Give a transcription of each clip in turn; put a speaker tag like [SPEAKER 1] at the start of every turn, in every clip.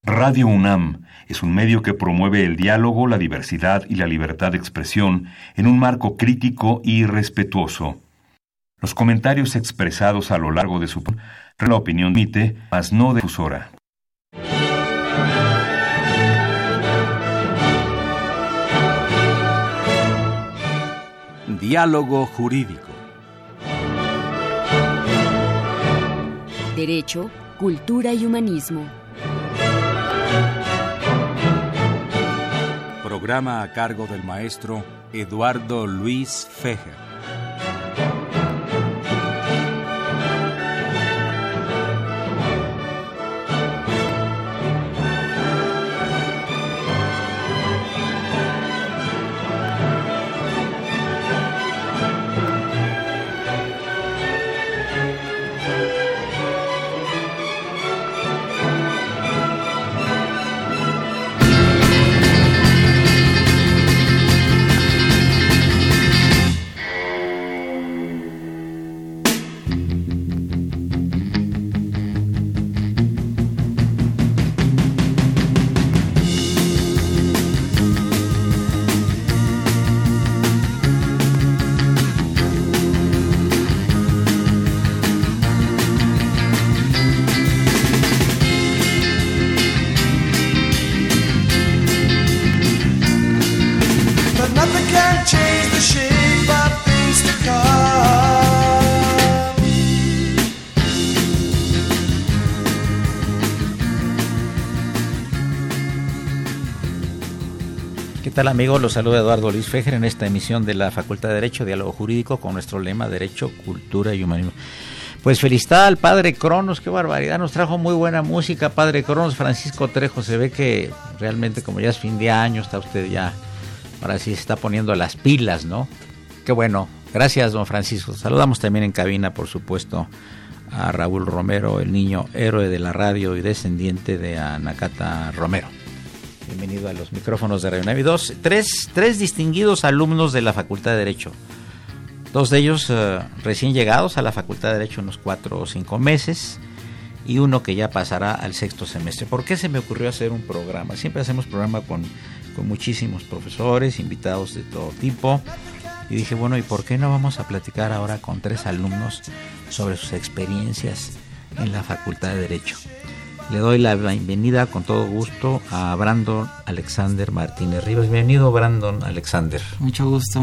[SPEAKER 1] Radio UNAM es un medio que promueve el diálogo, la diversidad y la libertad de expresión en un marco crítico y respetuoso. Los comentarios expresados a lo largo de su la opinión emite, mas no de difusora.
[SPEAKER 2] Diálogo jurídico.
[SPEAKER 3] Derecho, cultura y humanismo.
[SPEAKER 2] Programa a cargo del maestro Eduardo Luis Fejer.
[SPEAKER 4] ¿Qué tal, amigos? Los saluda Eduardo Luis Fejer en esta emisión de la Facultad de Derecho, Diálogo Jurídico, con nuestro lema Derecho, Cultura y Humanismo. Pues felicidad al Padre Cronos, qué barbaridad, nos trajo muy buena música, Padre Cronos. Francisco Trejo, se ve que realmente, como ya es fin de año, está usted ya, ahora sí se está poniendo las pilas, ¿no? Qué bueno, gracias, don Francisco. Saludamos también en cabina, por supuesto, a Raúl Romero, el niño héroe de la radio y descendiente de Anacata Romero. Bienvenido a los micrófonos de Radio UNAM. Tres distinguidos alumnos de la Facultad de Derecho. Dos de ellos recién llegados a la Facultad de Derecho, unos 4 o 5 meses, y uno que ya pasará al 6º semestre. ¿Por qué se me ocurrió hacer un programa? Siempre hacemos programa con muchísimos profesores, invitados de todo tipo, y dije, bueno, ¿y por qué no vamos a platicar ahora con 3 alumnos sobre sus experiencias en la Facultad de Derecho? Le doy la bienvenida con todo gusto a Brandon Alexander Martínez Rivas. Bienvenido, Brandon Alexander.
[SPEAKER 5] Mucho gusto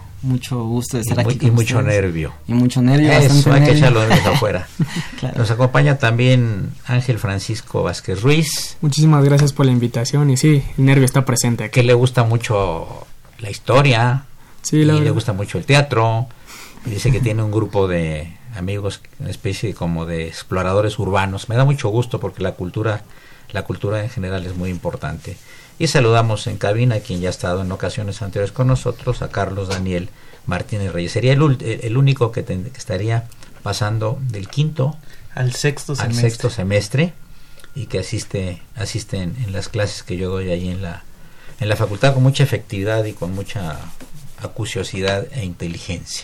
[SPEAKER 5] de estar aquí con
[SPEAKER 4] y mucho
[SPEAKER 5] ustedes.
[SPEAKER 4] nervio.
[SPEAKER 5] Y mucho nervio,
[SPEAKER 4] Eso,
[SPEAKER 5] bastante
[SPEAKER 4] hay
[SPEAKER 5] nervio.
[SPEAKER 4] que echarlo nervios afuera.
[SPEAKER 5] Claro.
[SPEAKER 4] Nos acompaña también Ángel Francisco Vázquez Ruiz,
[SPEAKER 6] Muchísimas gracias por la invitación y sí, el nervio está presente aquí.
[SPEAKER 4] que le gusta mucho la historia,
[SPEAKER 6] Sí,
[SPEAKER 4] y
[SPEAKER 6] la
[SPEAKER 4] le
[SPEAKER 6] verdad.
[SPEAKER 4] gusta mucho el teatro, y dice que tiene un grupo de amigos, una especie como de exploradores urbanos. Me da mucho gusto porque la cultura en general es muy importante. Y saludamos en cabina a quien ya ha estado en ocasiones anteriores con nosotros, a Carlos Daniel Martínez Reyes. Sería el único que estaría pasando del 5º
[SPEAKER 7] al sexto
[SPEAKER 4] semestre y que asiste en las clases que yo doy ahí en la facultad con mucha efectividad y con mucha acuciosidad e inteligencia.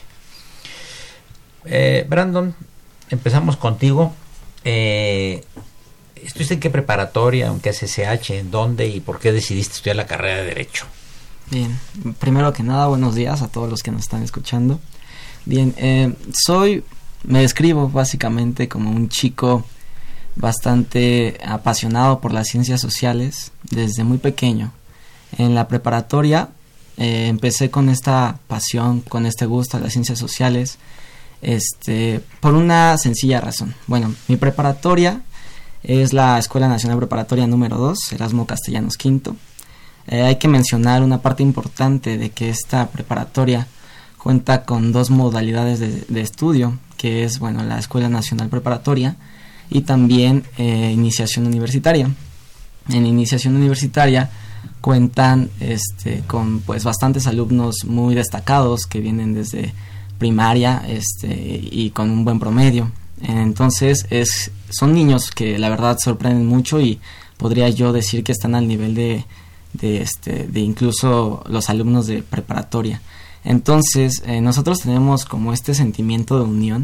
[SPEAKER 4] Brandon, empezamos contigo. ¿Estuviste en qué preparatoria, en qué SSH, en dónde y por qué decidiste estudiar la carrera de Derecho?
[SPEAKER 5] Bien, primero que nada, buenos días a todos los que nos están escuchando. Bien, me describo básicamente como un chico bastante apasionado por las ciencias sociales desde muy pequeño. En la preparatoria empecé con esta pasión, con este gusto a las ciencias sociales, por una sencilla razón. Bueno, mi preparatoria es la Escuela Nacional Preparatoria número 2, Erasmo Castellanos V. Hay que mencionar una parte importante de que esta preparatoria cuenta con 2 modalidades de estudio, que es, bueno, la Escuela Nacional Preparatoria y también iniciación universitaria. En iniciación universitaria cuentan con pues bastantes alumnos muy destacados que vienen desde primaria y con un buen promedio. Entonces son niños que la verdad sorprenden mucho y podría yo decir que están al nivel de incluso los alumnos de preparatoria. Entonces nosotros tenemos como este sentimiento de unión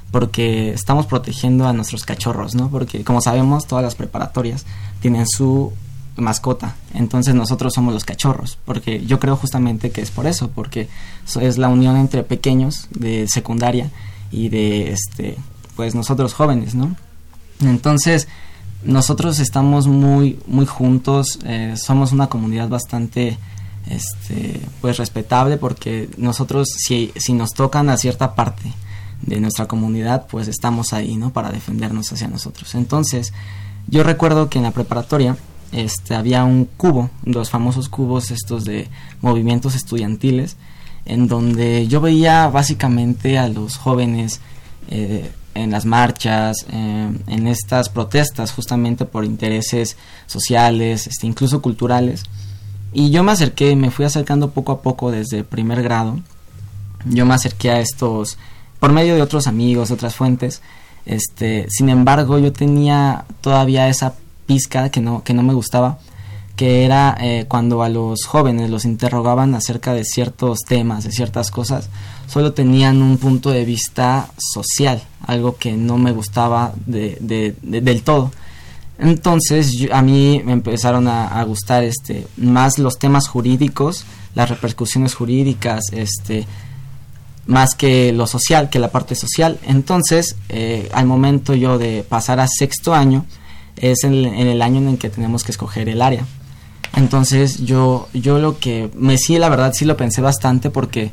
[SPEAKER 5] porque estamos protegiendo a nuestros cachorros, ¿no? Porque como sabemos, todas las preparatorias tienen su mascota, entonces nosotros somos los cachorros, porque yo creo justamente que es por eso, porque es la unión entre pequeños de secundaria y de pues nosotros jóvenes, ¿no? Entonces nosotros estamos muy juntos, somos una comunidad bastante pues respetable, porque nosotros si nos tocan a cierta parte de nuestra comunidad, pues estamos ahí, ¿no? Para defendernos hacia nosotros. Entonces yo recuerdo que en la preparatoria había un cubo, los famosos cubos estos de movimientos estudiantiles, en donde yo veía básicamente a los jóvenes en las marchas, en estas protestas justamente por intereses sociales, incluso culturales, y yo me fui acercando poco a poco desde primer grado. Yo me acerqué a estos por medio de otros amigos, otras fuentes. Sin embargo, yo tenía todavía esa pizca que no me gustaba, que era cuando a los jóvenes los interrogaban acerca de ciertos temas, de ciertas cosas, solo tenían un punto de vista social, algo que no me gustaba del todo. Entonces a mí me empezaron a gustar más los temas jurídicos, las repercusiones jurídicas, más que lo social, que la parte social. Entonces al momento yo de pasar a sexto año, es en el año en el que tenemos que escoger el área. Entonces yo lo que la verdad sí lo pensé bastante, porque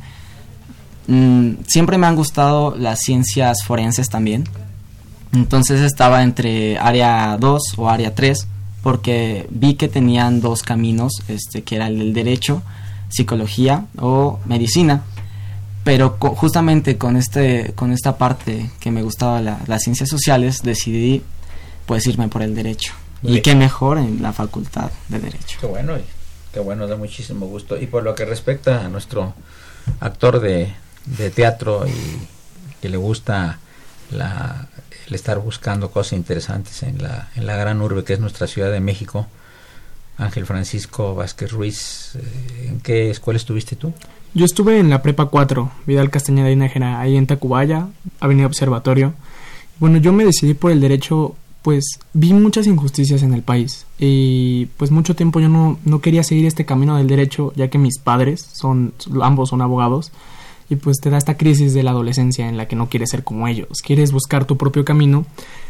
[SPEAKER 5] siempre me han gustado las ciencias forenses también. Entonces estaba entre área 2 o área 3, porque vi que tenían dos caminos, que era el del derecho, psicología o medicina. Pero justamente con esta parte que me gustaba las ciencias sociales, decidí pues irme por el derecho. Y qué mejor en la facultad de derecho.
[SPEAKER 4] Qué bueno, da muchísimo gusto. Y por lo que respecta a nuestro actor de teatro, y que le gusta el estar buscando cosas interesantes en la gran urbe que es nuestra Ciudad de México, Ángel Francisco Vázquez Ruiz, ¿en qué escuela estuviste tú?
[SPEAKER 6] Yo estuve en la Prepa 4, Vidal Castañeda y Nájera, ahí en Tacubaya, Avenida Observatorio. Bueno, yo me decidí por el derecho, pues vi muchas injusticias en el país, y pues mucho tiempo yo no quería seguir este camino del derecho, ya que mis padres ambos son abogados, y pues te da esta crisis de la adolescencia en la que no quieres ser como ellos, quieres buscar tu propio camino.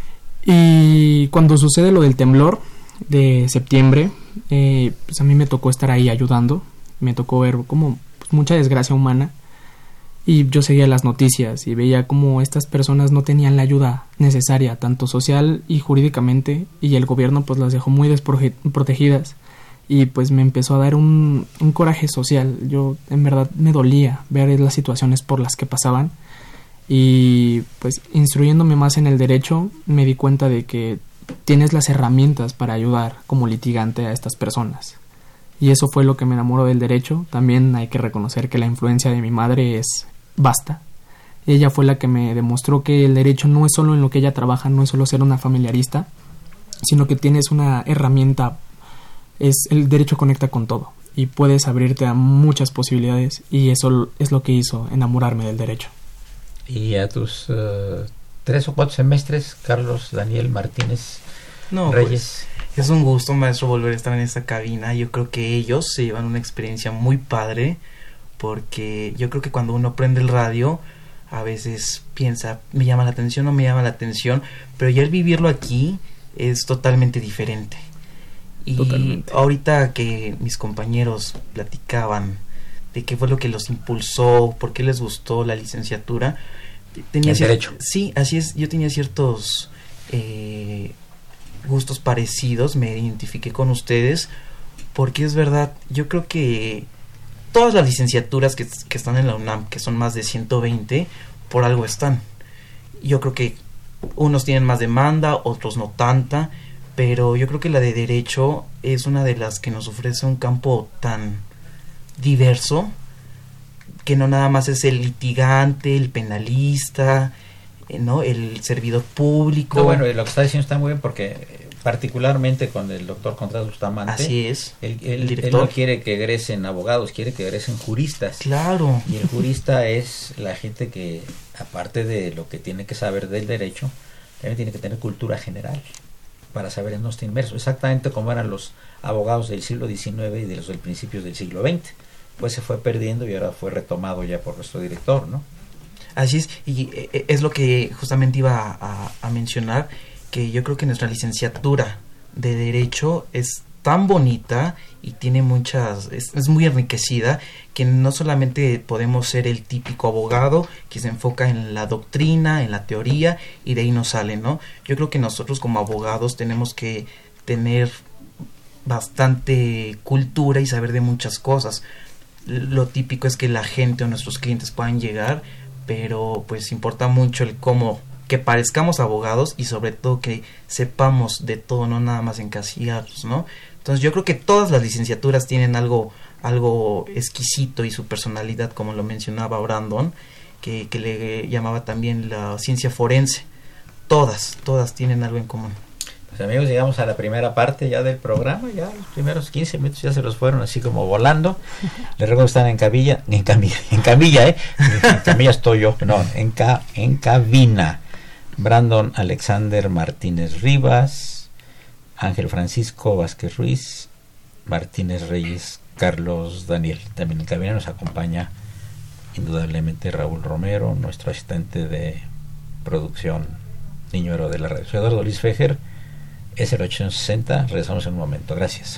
[SPEAKER 6] Y cuando sucede lo del temblor de septiembre, pues a mí me tocó estar ahí ayudando, me tocó ver como mucha desgracia humana, y yo seguía las noticias y veía como estas personas no tenían la ayuda necesaria, tanto social y jurídicamente, y el gobierno pues las dejó muy desprotegidas, y pues me empezó a dar un coraje social. Yo en verdad me dolía ver las situaciones por las que pasaban, y pues instruyéndome más en el derecho me di cuenta de que tienes las herramientas para ayudar como litigante a estas personas. Y eso fue lo que me enamoró del derecho. También hay que reconocer que la influencia de mi madre es vasta. Ella fue la que me demostró que el derecho no es solo en lo que ella trabaja, no es solo ser una familiarista, sino que tienes una herramienta. El derecho conecta con todo y puedes abrirte a muchas posibilidades, y eso es lo que hizo enamorarme del derecho.
[SPEAKER 4] Y a tus 3 o 4 semestres, Carlos Daniel Martínez Reyes.
[SPEAKER 7] Pues, es un gusto, maestro, volver a estar en esta cabina. Yo creo que ellos se llevan una experiencia muy padre, porque yo creo que cuando uno prende el radio, a veces piensa, me llama la atención o me llama la atención, pero ya el vivirlo aquí es totalmente diferente. Y ahorita que mis compañeros platicaban de qué fue lo que los impulsó, por qué les gustó la licenciatura,
[SPEAKER 4] derecho.
[SPEAKER 7] Sí, así es. Yo tenía ciertos gustos parecidos, me identifiqué con ustedes, porque es verdad, yo creo que todas las licenciaturas que están en la UNAM, que son más de 120, por algo están. Yo creo que unos tienen más demanda, otros no tanta, pero yo creo que la de Derecho es una de las que nos ofrece un campo tan diverso, que no nada más es el litigante, el penalista, ¿no? El servidor público.
[SPEAKER 4] No, bueno, lo que está diciendo está muy bien, porque particularmente con el doctor Contreras Bustamante.
[SPEAKER 7] Así es.
[SPEAKER 4] Él no quiere que egresen abogados, quiere que egresen juristas.
[SPEAKER 7] Claro.
[SPEAKER 4] Y el jurista es la gente que, aparte de lo que tiene que saber del derecho, también tiene que tener cultura general para saber en no estar inmerso. Exactamente como eran los abogados del siglo XIX y de los del principios del siglo XX. Pues se fue perdiendo y ahora fue retomado ya por nuestro director, ¿no?
[SPEAKER 7] Así es, y es lo que justamente iba a mencionar, que yo creo que nuestra licenciatura de Derecho es tan bonita y tiene muchas, es muy enriquecida, que no solamente podemos ser el típico abogado que se enfoca en la doctrina, en la teoría, y de ahí nos sale, ¿no? Yo creo que nosotros como abogados tenemos que tener bastante cultura y saber de muchas cosas. Lo típico es que la gente o nuestros clientes puedan llegar, pero pues importa mucho el cómo, que parezcamos abogados y sobre todo que sepamos de todo, no nada más encasillarnos, ¿no? Entonces yo creo que todas las licenciaturas tienen algo exquisito y su personalidad, como lo mencionaba Brandon, que le llamaba también la ciencia forense. Todas tienen algo en común.
[SPEAKER 4] Pues amigos, llegamos a la primera parte ya del programa, ya los primeros 15 minutos ya se los fueron así como volando. Les recuerdo que están en camilla, en camilla estoy yo, no, en cabina. Brandon Alexander Martínez Rivas, Ángel Francisco Vázquez Ruiz, Martínez Reyes, Carlos Daniel. También en cabina nos acompaña indudablemente Raúl Romero, nuestro asistente de producción, niño héroe de la radio. Soy Eduardo Luis Fejer. Es el 860, regresamos en un momento. Gracias.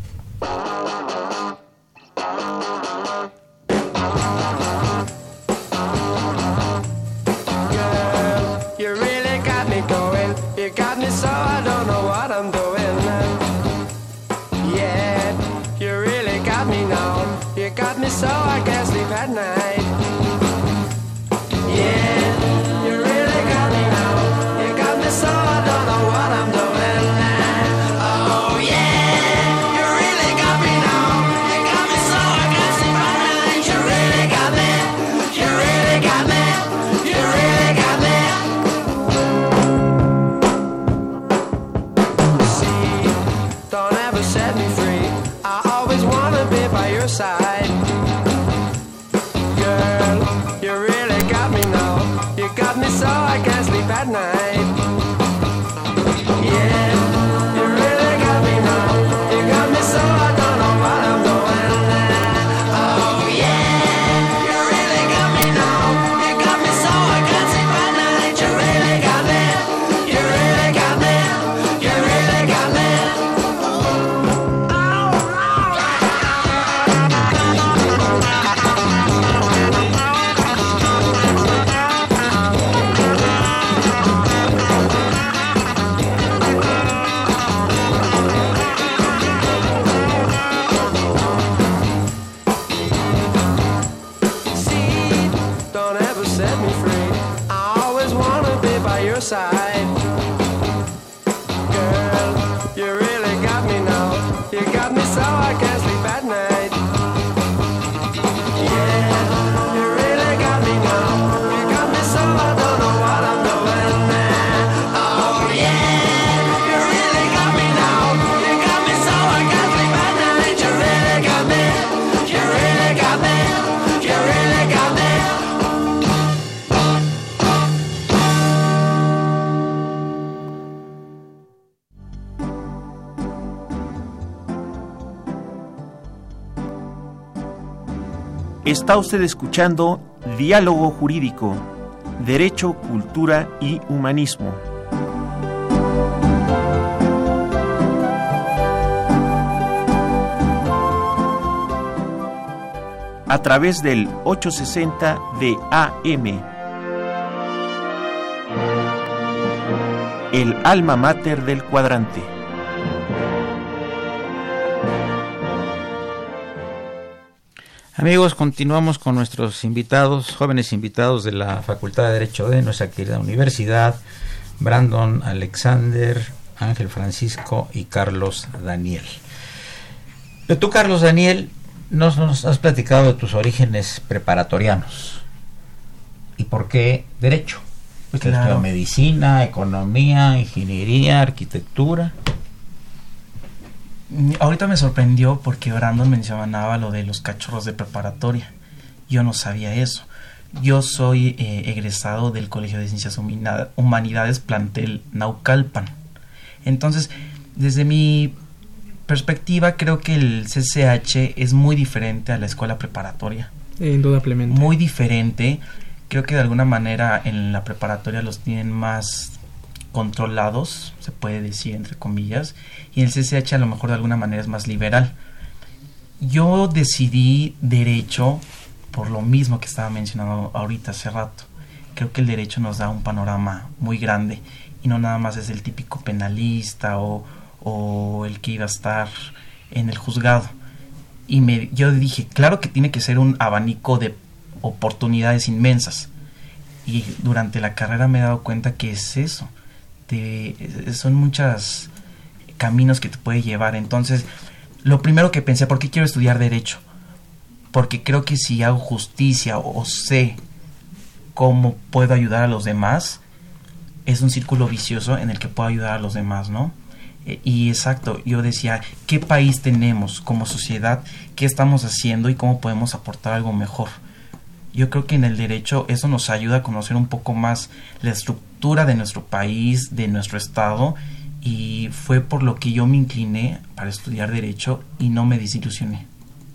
[SPEAKER 8] Está usted escuchando Diálogo Jurídico, Derecho, Cultura y Humanismo. A través del 860 de AM. El alma mater del cuadrante.
[SPEAKER 4] Amigos, continuamos con nuestros invitados, jóvenes invitados de la Facultad de Derecho de nuestra querida universidad, Brandon Alexander, Ángel Francisco y Carlos Daniel. Pero tú, Carlos Daniel, nos has platicado de tus orígenes preparatorianos. ¿Y por qué Derecho? Pues claro. Medicina, Economía, Ingeniería, Arquitectura.
[SPEAKER 7] Ahorita me sorprendió porque Brandon mencionaba lo de los cachorros de preparatoria. Yo no sabía eso. Yo soy egresado del Colegio de Ciencias Humanidades plantel Naucalpan. Entonces, desde mi perspectiva, creo que el CCH es muy diferente a la escuela preparatoria.
[SPEAKER 6] Indudablemente.
[SPEAKER 7] Muy diferente. Creo que de alguna manera en la preparatoria los tienen más controlados, se puede decir entre comillas, y el CCH a lo mejor de alguna manera es más liberal. Yo decidí Derecho por lo mismo que estaba mencionando ahorita hace rato. Creo que el Derecho nos da un panorama muy grande y no nada más es el típico penalista o el que iba a estar en el juzgado. Y yo dije, claro que tiene que ser un abanico de oportunidades inmensas. Y durante la carrera me he dado cuenta que es eso. Son muchos caminos que te puede llevar. Entonces, lo primero que pensé, ¿por qué quiero estudiar Derecho? Porque creo que si hago justicia o sé cómo puedo ayudar a los demás, es un círculo vicioso en el que puedo ayudar a los demás, ¿no? Y exacto, yo decía, ¿qué país tenemos como sociedad? ¿Qué estamos haciendo y cómo podemos aportar algo mejor? Yo creo que en el derecho eso nos ayuda a conocer un poco más la estructura de nuestro país, de nuestro estado, y fue por lo que yo me incliné para estudiar derecho y no me desilusioné.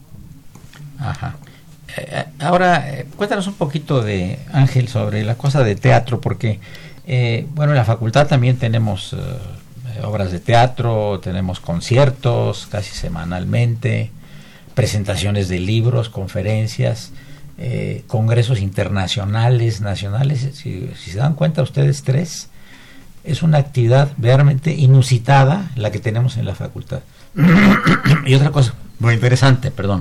[SPEAKER 4] Ajá. Ahora, cuéntanos un poquito de Ángel sobre la cosa de teatro, porque, bueno, en la facultad también tenemos obras de teatro, tenemos conciertos casi semanalmente, presentaciones de libros, conferencias, congresos internacionales, nacionales. Si se dan cuenta ustedes tres, es una actividad realmente inusitada la que tenemos en la facultad. Y otra cosa muy interesante, perdón.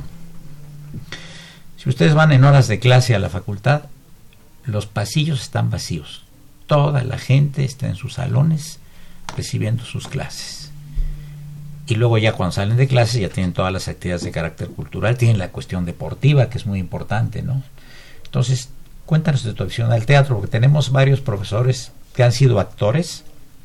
[SPEAKER 4] Si ustedes van en horas de clase a la facultad, los pasillos están vacíos. Toda la gente está en sus salones recibiendo sus clases. Y luego ya cuando salen de clase ya tienen todas las actividades de carácter cultural, tienen la cuestión deportiva, que es muy importante, ¿no? Entonces, cuéntanos de tu visión al teatro, porque tenemos varios profesores que han sido actores,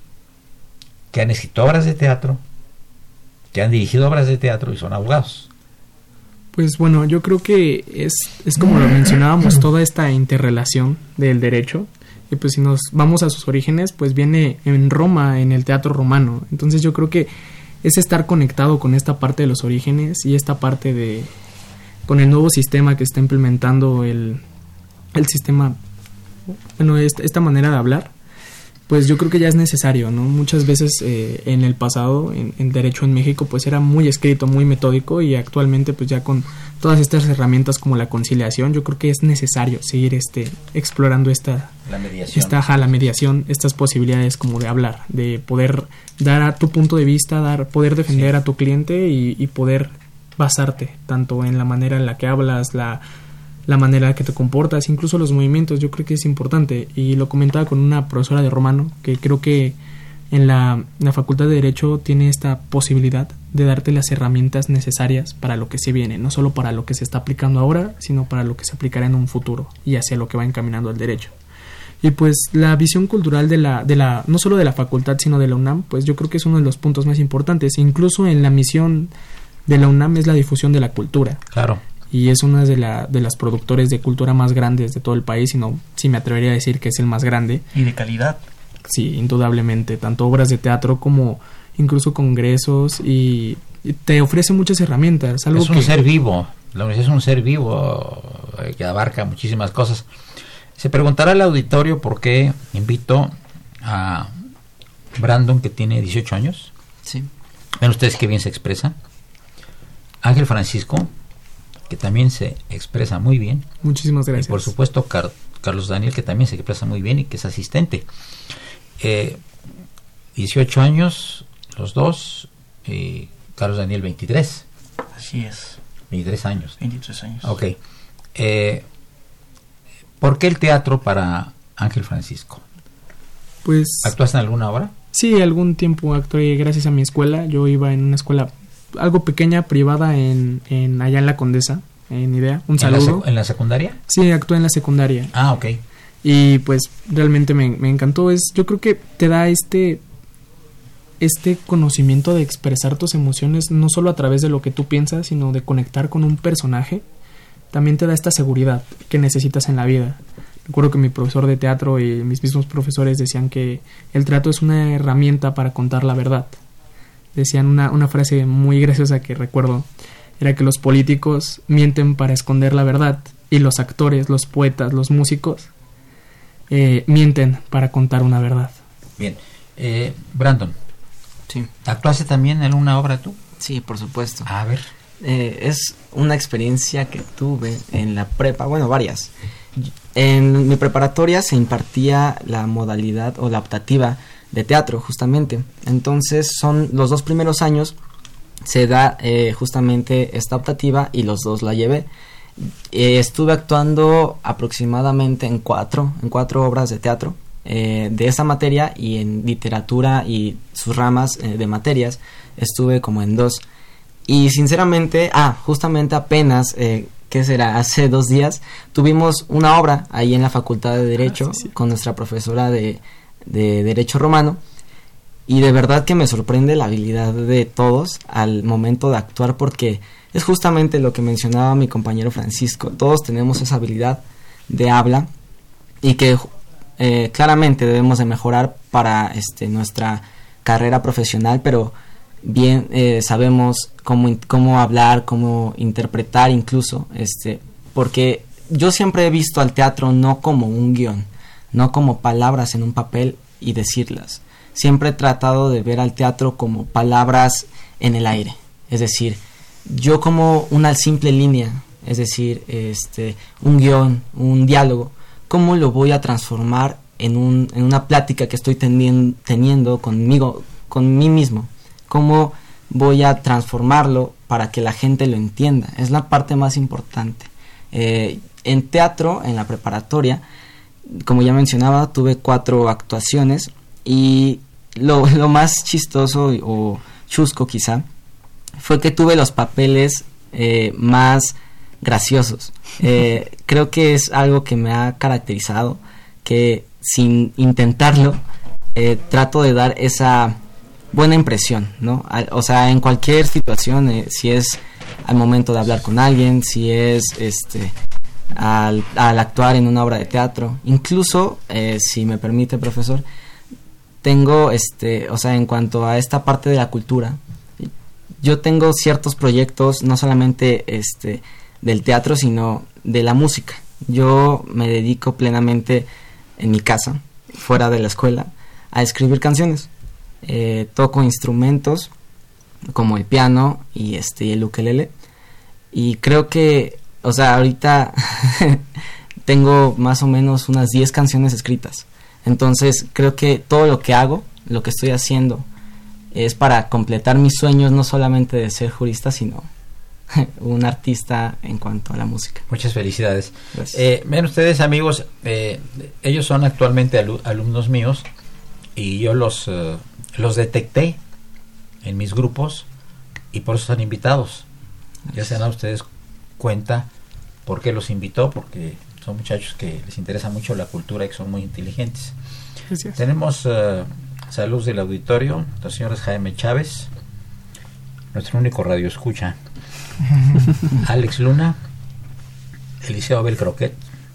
[SPEAKER 4] que han escrito obras de teatro, que han dirigido obras de teatro y son abogados.
[SPEAKER 6] Pues bueno, yo creo que es como lo mencionábamos, toda esta interrelación del derecho. Y pues si nos vamos a sus orígenes, pues viene en Roma, en el teatro romano. Entonces yo creo que es estar conectado con esta parte de los orígenes y esta parte con el nuevo sistema que está implementando el sistema, bueno, esta manera de hablar. Pues yo creo que ya es necesario, ¿no? Muchas veces en el pasado, en derecho en México, pues era muy escrito, muy metódico, y actualmente pues ya con todas estas herramientas como la conciliación, yo creo que es necesario seguir explorando la mediación, estas posibilidades como de hablar, de poder dar a tu punto de vista, poder defender a tu cliente y poder basarte tanto en la manera en la que hablas, la manera en que te comportas, incluso los movimientos. Yo creo que es importante, y lo comentaba con una profesora de romano, que creo que en la Facultad de Derecho tiene esta posibilidad de darte las herramientas necesarias para lo que se viene, no solo para lo que se está aplicando ahora, sino para lo que se aplicará en un futuro y hacia lo que va encaminando el derecho. Y pues la visión cultural de la no solo de la facultad, sino de la UNAM, pues yo creo que es uno de los puntos más importantes. Incluso en la misión de la UNAM es la difusión de la cultura.
[SPEAKER 4] Claro.
[SPEAKER 6] Y es una de las productores de cultura más grandes de todo el país, si me atrevería a decir que es el más grande.
[SPEAKER 7] Y de calidad.
[SPEAKER 6] Sí, indudablemente, tanto obras de teatro como incluso congresos, y te ofrece muchas herramientas.
[SPEAKER 4] Es un ser vivo, la universidad es un ser vivo que abarca muchísimas cosas. Se preguntará al auditorio por qué invito a Brandon, que tiene 18 años.
[SPEAKER 5] Sí.
[SPEAKER 4] Ven ustedes qué bien se expresa. Ángel Francisco, que también se expresa muy bien.
[SPEAKER 6] Muchísimas gracias.
[SPEAKER 4] Y por supuesto Carlos Daniel, que también se expresa muy bien y que es asistente. 18 años los dos, y Carlos Daniel 23.
[SPEAKER 7] Así es.
[SPEAKER 4] 23 años.
[SPEAKER 7] 23 años.
[SPEAKER 4] Ok. ¿Por qué el teatro para Ángel Francisco?
[SPEAKER 6] Pues...
[SPEAKER 4] ¿Actuaste en alguna obra?
[SPEAKER 6] Sí, algún tiempo actué gracias a mi escuela. Yo iba en una escuela algo pequeña, privada, allá en La Condesa, en Idea. Un saludo.
[SPEAKER 4] ¿En la secundaria?
[SPEAKER 6] Sí, actué en la secundaria.
[SPEAKER 4] Ah, ok.
[SPEAKER 6] Y pues realmente me encantó. Yo creo que te da este conocimiento de expresar tus emociones no solo a través de lo que tú piensas, sino de conectar con un personaje, también te da esta seguridad que necesitas en la vida. Recuerdo que mi profesor de teatro y mis mismos profesores decían que el teatro es una herramienta para contar la verdad. Decían una frase muy graciosa que recuerdo, era que los políticos mienten para esconder la verdad y los actores, los poetas, los músicos mienten para contar una verdad.
[SPEAKER 4] Bien. Brandon,
[SPEAKER 5] Sí.
[SPEAKER 4] ¿actuaste también en una obra tú?
[SPEAKER 5] Sí, por supuesto.
[SPEAKER 4] A ver.
[SPEAKER 5] Es una experiencia que tuve en la prepa, bueno, varias. En mi preparatoria se impartía la modalidad o la optativa de teatro, justamente. Entonces, son los 2 primeros años se da justamente esta optativa y los 2 la llevé. Estuve actuando aproximadamente en cuatro obras de teatro de esa materia, y en literatura y sus ramas de materias estuve como en 2. Y sinceramente, justamente apenas, ¿qué será? Hace 2 días tuvimos una obra ahí en la Facultad de Derecho con nuestra profesora de Derecho Romano, y de verdad que me sorprende la habilidad de todos al momento de actuar, porque es justamente lo que mencionaba mi compañero Francisco. Todos tenemos esa habilidad de habla y que claramente debemos de mejorar para nuestra carrera profesional, pero bien sabemos cómo hablar, cómo interpretar incluso, porque yo siempre he visto al teatro no como un guión, no como palabras en un papel y decirlas. Siempre he tratado de ver al teatro como palabras en el aire, es decir, yo como una simple línea, es decir, un guión, un diálogo, ¿cómo lo voy a transformar en una plática que estoy teniendo conmigo, con mí mismo? ¿Cómo voy a transformarlo para que la gente lo entienda? Es la parte más importante. En teatro, en la preparatoria, como ya mencionaba, tuve 4 actuaciones, y lo más chistoso o chusco quizá fue que tuve los papeles más graciosos. Creo que es algo que me ha caracterizado, que sin intentarlo trato de dar esa buena impresión, ¿no? O sea, en cualquier situación, si es al momento de hablar con alguien, si es al actuar en una obra de teatro, incluso si me permite, profesor, tengo o sea, en cuanto a esta parte de la cultura, yo tengo ciertos proyectos, no solamente del teatro, sino de la música. Yo me dedico plenamente en mi casa, fuera de la escuela, a escribir canciones. Toco instrumentos como el piano y el ukelele, y creo que, o sea, ahorita tengo más o menos unas 10 canciones escritas. Entonces creo que todo lo que hago, lo que estoy haciendo, es para completar mis sueños, no solamente de ser jurista, sino un artista en cuanto a la música.
[SPEAKER 4] Muchas felicidades.
[SPEAKER 5] Gracias.
[SPEAKER 4] Ven ustedes, amigos, ellos son actualmente alumnos míos, y yo los detecté en mis grupos, y por eso están invitados. Ya se dan a ustedes cuenta por qué los invitó, porque son muchachos que les interesa mucho la cultura y que son muy inteligentes.
[SPEAKER 6] Gracias.
[SPEAKER 4] Tenemos saludos del auditorio, los señores Jaime Chávez, nuestro único radio escucha, Alex Luna, Eliseo Abel Croquet,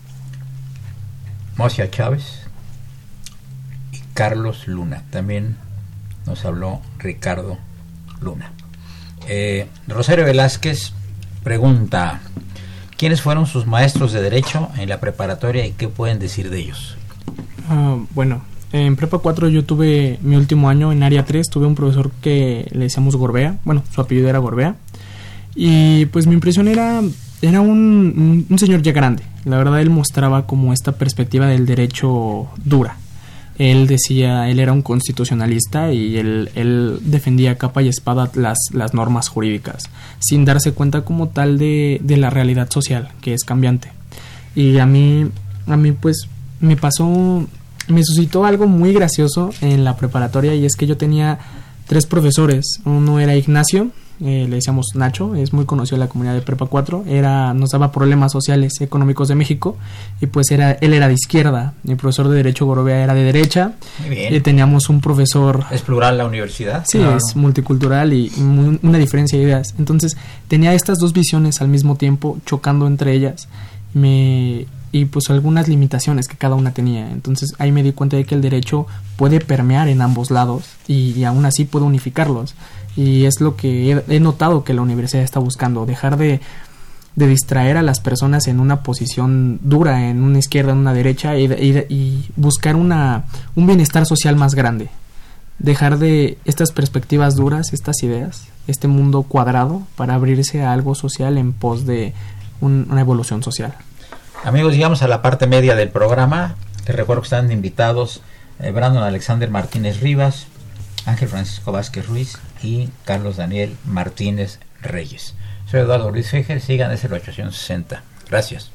[SPEAKER 4] Mocia Chávez y Carlos Luna. También nos habló Ricardo Luna. Rosario Velázquez pregunta: ¿quiénes fueron sus maestros de Derecho en la preparatoria y qué pueden decir de ellos?
[SPEAKER 6] Bueno, en Prepa 4 yo tuve mi último año, en Área 3, tuve un profesor que le decíamos Gorbea, bueno, su apellido era Gorbea, y pues mi impresión era un señor ya grande. La verdad, él mostraba como esta perspectiva del derecho dura. Él decía, él era un constitucionalista y él defendía capa y espada las normas jurídicas, sin darse cuenta como tal de la realidad social, que es cambiante. Y a mí pues me suscitó algo muy gracioso en la preparatoria, y es que yo tenía 3 profesores. Uno era Ignacio, le decíamos Nacho, es muy conocido en la comunidad de Prepa 4, nos daba problemas sociales económicos de México, y pues él era de izquierda. El profesor de Derecho Gorovea era de derecha.
[SPEAKER 4] Muy bien.
[SPEAKER 6] Y teníamos un profesor...
[SPEAKER 4] ¿Es plural la universidad?
[SPEAKER 6] Sí, es multicultural y una diferencia de ideas. Entonces tenía estas dos visiones al mismo tiempo, chocando entre ellas, y pues algunas limitaciones que cada una tenía. Entonces ahí me di cuenta de que el derecho puede permear en ambos lados y aún así puede unificarlos. Y es lo que he notado que la universidad está buscando, dejar de distraer a las personas en una posición dura, en una izquierda, en una derecha, y buscar un bienestar social más grande. Dejar de estas perspectivas duras, estas ideas, este mundo cuadrado, para abrirse a algo social en pos de una evolución social.
[SPEAKER 4] Amigos, llegamos a la parte media del programa. Les recuerdo que están invitados Brandon Alexander Martínez Rivas, Ángel Francisco Vázquez Ruiz y Carlos Daniel Martínez Reyes. Soy Eduardo Luis Fejer, sigan desde el 860. Gracias.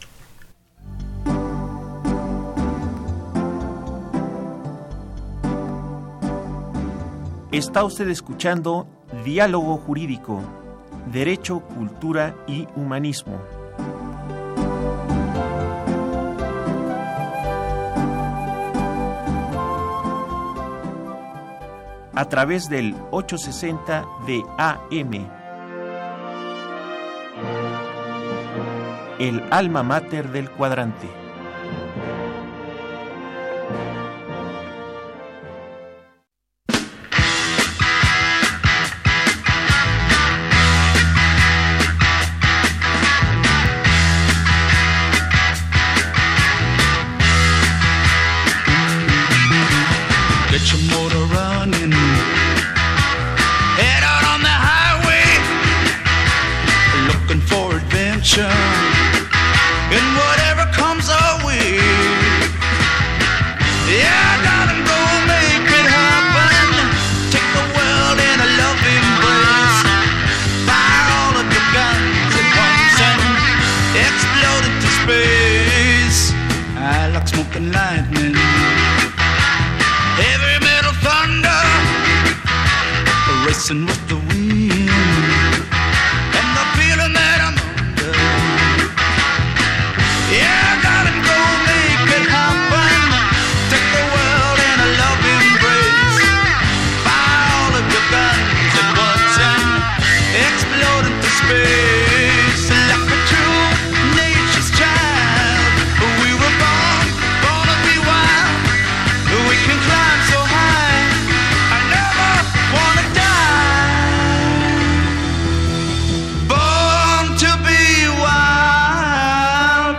[SPEAKER 8] Está usted escuchando Diálogo Jurídico, Derecho, Cultura y Humanismo. A través del 860 de AM. El alma mater del cuadrante.
[SPEAKER 9] Get your motor running. Head out on the highway, looking for adventure, and whatever comes our way. Yeah, darling, go make it happen. Take the world in a loving embrace. Fire all of your guns at once and explode into space. I like smoking lightning, heavy metal thunder, racing with the wind, and the feeling that I'm under. Yeah, darling, go make it happen. Take the world in a loving embrace. Fire all of your guns at once and explode into space. Like a true nature's child, we were born to be wild. We can climb so high, I never wanna die. Born to be wild.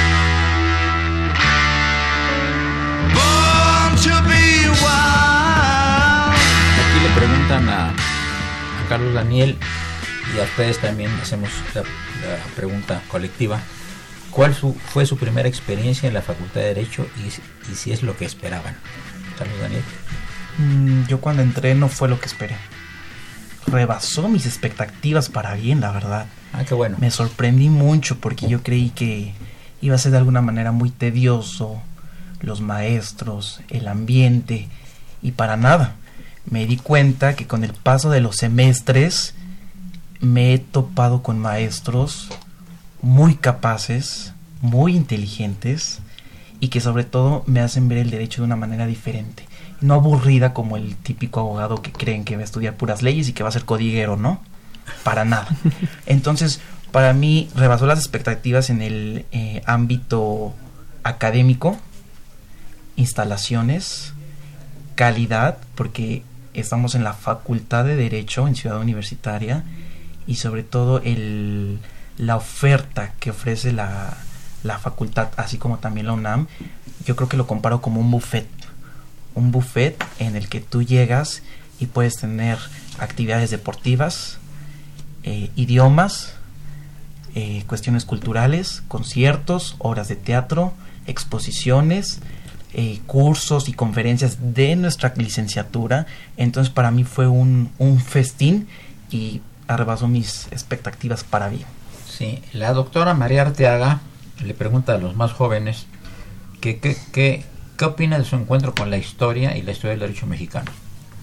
[SPEAKER 9] Born to be wild.
[SPEAKER 4] Aquí le preguntan a Carlos Daniel, y a ustedes también hacemos la pregunta colectiva. ¿Cuál fue su primera experiencia en la Facultad de Derecho y si es lo que esperaban? Carlos Daniel.
[SPEAKER 7] Yo cuando entré no fue lo que esperé. Rebasó mis expectativas para bien, la verdad.
[SPEAKER 4] Ah, qué bueno.
[SPEAKER 7] Me sorprendí mucho porque yo creí que iba a ser de alguna manera muy tedioso, los maestros, el ambiente, y para nada. Me di cuenta que con el paso de los semestres me he topado con maestros muy capaces, muy inteligentes, y que sobre todo me hacen ver el derecho de una manera diferente, no aburrida como el típico abogado que creen que va a estudiar puras leyes y que va a ser codiguero, ¿no? Para nada. Entonces, para mí rebasó las expectativas en el ámbito académico, instalaciones, calidad, porque estamos en la Facultad de Derecho en Ciudad Universitaria, y sobre todo la oferta que ofrece la facultad, así como también la UNAM. Yo creo que lo comparo como un buffet en el que tú llegas y puedes tener actividades deportivas, idiomas, cuestiones culturales, conciertos, obras de teatro, exposiciones, cursos y conferencias de nuestra licenciatura. Entonces para mí fue un festín y rebasó mis expectativas para bien.
[SPEAKER 4] Sí, la doctora María Arteaga le pregunta a los más jóvenes ¿qué opina de su encuentro con la historia y la historia del derecho mexicano?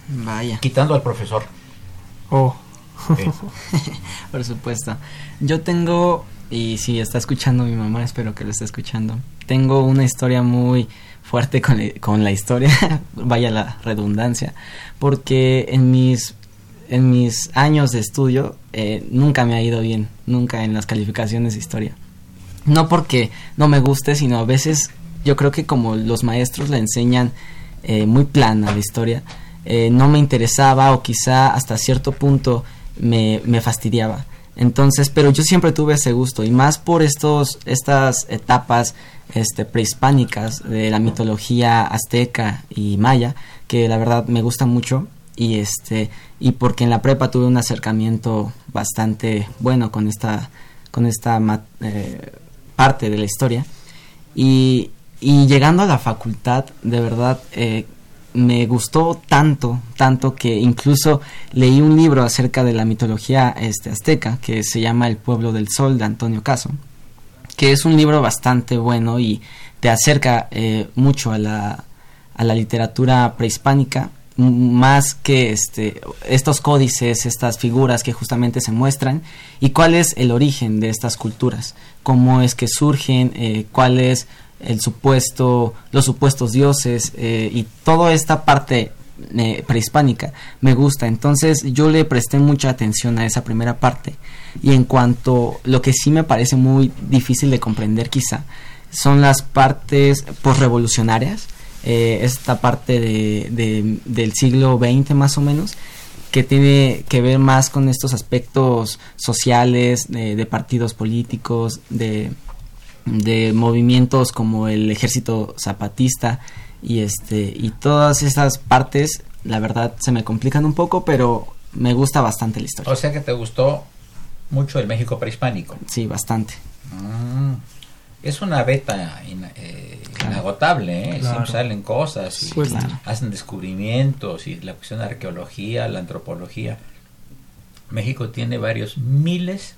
[SPEAKER 5] Vaya.
[SPEAKER 4] Quitando al profesor.
[SPEAKER 6] Oh.
[SPEAKER 4] Sí.
[SPEAKER 5] Por supuesto. Yo tengo, y si está escuchando mi mamá, espero que lo esté escuchando, tengo una historia muy fuerte con la historia, vaya la redundancia, porque en mis años de estudio nunca me ha ido bien, nunca en las calificaciones de historia. No porque no me guste, sino a veces yo creo que como los maestros la enseñan muy plana la historia, no me interesaba o quizá hasta cierto punto me fastidiaba. Entonces, pero yo siempre tuve ese gusto, y más por estas etapas prehispánicas de la mitología azteca y maya, que la verdad me gusta mucho, y porque en la prepa tuve un acercamiento bastante bueno con esta parte de la historia, y llegando a la facultad, de verdad me gustó tanto que incluso leí un libro acerca de la mitología azteca que se llama El Pueblo del Sol, de Antonio Caso, que es un libro bastante bueno y te acerca mucho a la literatura prehispánica, más que estos códices, estas figuras que justamente se muestran, y cuál es el origen de estas culturas, cómo es que surgen, cuál es los supuestos dioses, y toda esta parte prehispánica me gusta. Entonces yo le presté mucha atención a esa primera parte, y en cuanto lo que sí me parece muy difícil de comprender quizá son las partes posrevolucionarias, esta parte del siglo XX más o menos, que tiene que ver más con estos aspectos sociales, de partidos políticos, de movimientos como el Ejército Zapatista, y todas esas partes, la verdad, se me complican un poco, pero me gusta bastante la historia.
[SPEAKER 4] O sea que te gustó mucho el México prehispánico.
[SPEAKER 5] Sí, bastante.
[SPEAKER 4] Es una beta inagotable,
[SPEAKER 6] Claro.
[SPEAKER 4] Siempre salen cosas y
[SPEAKER 6] Pues,
[SPEAKER 5] claro.
[SPEAKER 4] hacen descubrimientos, y la cuestión de arqueología, la antropología. México tiene varios miles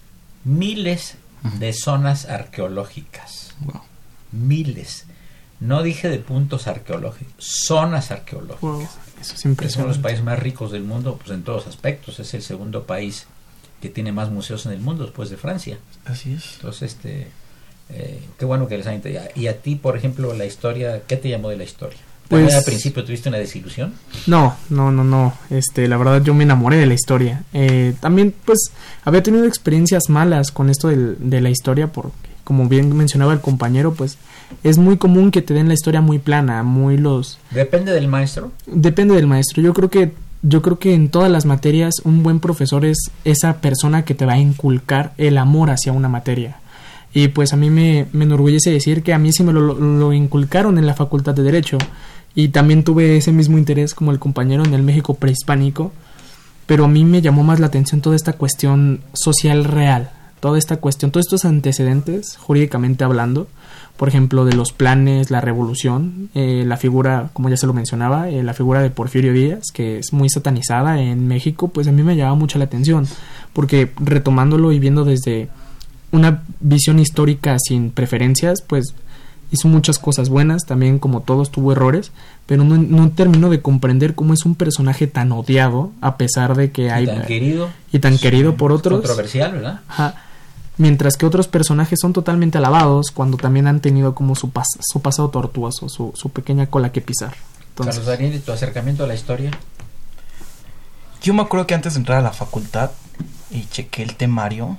[SPEAKER 4] de zonas arqueológicas.
[SPEAKER 5] Wow.
[SPEAKER 4] Miles. No dije de puntos arqueológicos, zonas arqueológicas.
[SPEAKER 6] Wow, eso es
[SPEAKER 4] Es uno de
[SPEAKER 6] impresionante.
[SPEAKER 4] los países más ricos del mundo, pues en todos aspectos. Es el segundo país que tiene más museos en el mundo después de Francia.
[SPEAKER 7] Así es.
[SPEAKER 4] Entonces, qué bueno que les han interesado. Y a ti, por ejemplo, la historia, ¿qué te llamó de la historia? ¿También
[SPEAKER 6] Pues-
[SPEAKER 4] al principio tuviste una desilusión?
[SPEAKER 6] No. La verdad yo me enamoré de la historia. También pues había tenido experiencias malas con esto de la historia, porque como bien mencionaba el compañero, pues es muy común que te den la historia muy plana,
[SPEAKER 4] Depende del maestro.
[SPEAKER 6] Depende del maestro. Yo creo que en todas las materias un buen profesor es esa persona que te va a inculcar el amor hacia una materia. Y pues a mí me enorgullece decir que a mí sí me lo inculcaron en la Facultad de Derecho, y también tuve ese mismo interés como el compañero en el México prehispánico, pero a mí me llamó más la atención toda esta cuestión social real, todos estos antecedentes jurídicamente hablando, por ejemplo, de los planes, la revolución, la figura, como ya se lo mencionaba, la figura de Porfirio Díaz, que es muy satanizada en México, pues a mí me llamaba mucho la atención, porque retomándolo y viendo desde una visión histórica sin preferencias, pues hizo muchas cosas buenas, también como todos tuvo errores, pero no termino de comprender cómo es un personaje tan odiado, a pesar de que hay...
[SPEAKER 4] Y tan
[SPEAKER 6] querido por otros.
[SPEAKER 4] Controversial, ¿verdad?
[SPEAKER 6] Ajá. Mientras que otros personajes son totalmente alabados cuando también han tenido como su pasado tortuoso, su pequeña cola que pisar. Entonces,
[SPEAKER 4] Carlos Daniel, ¿y tu acercamiento a la historia?
[SPEAKER 7] Yo me acuerdo que antes de entrar a la facultad y chequé el temario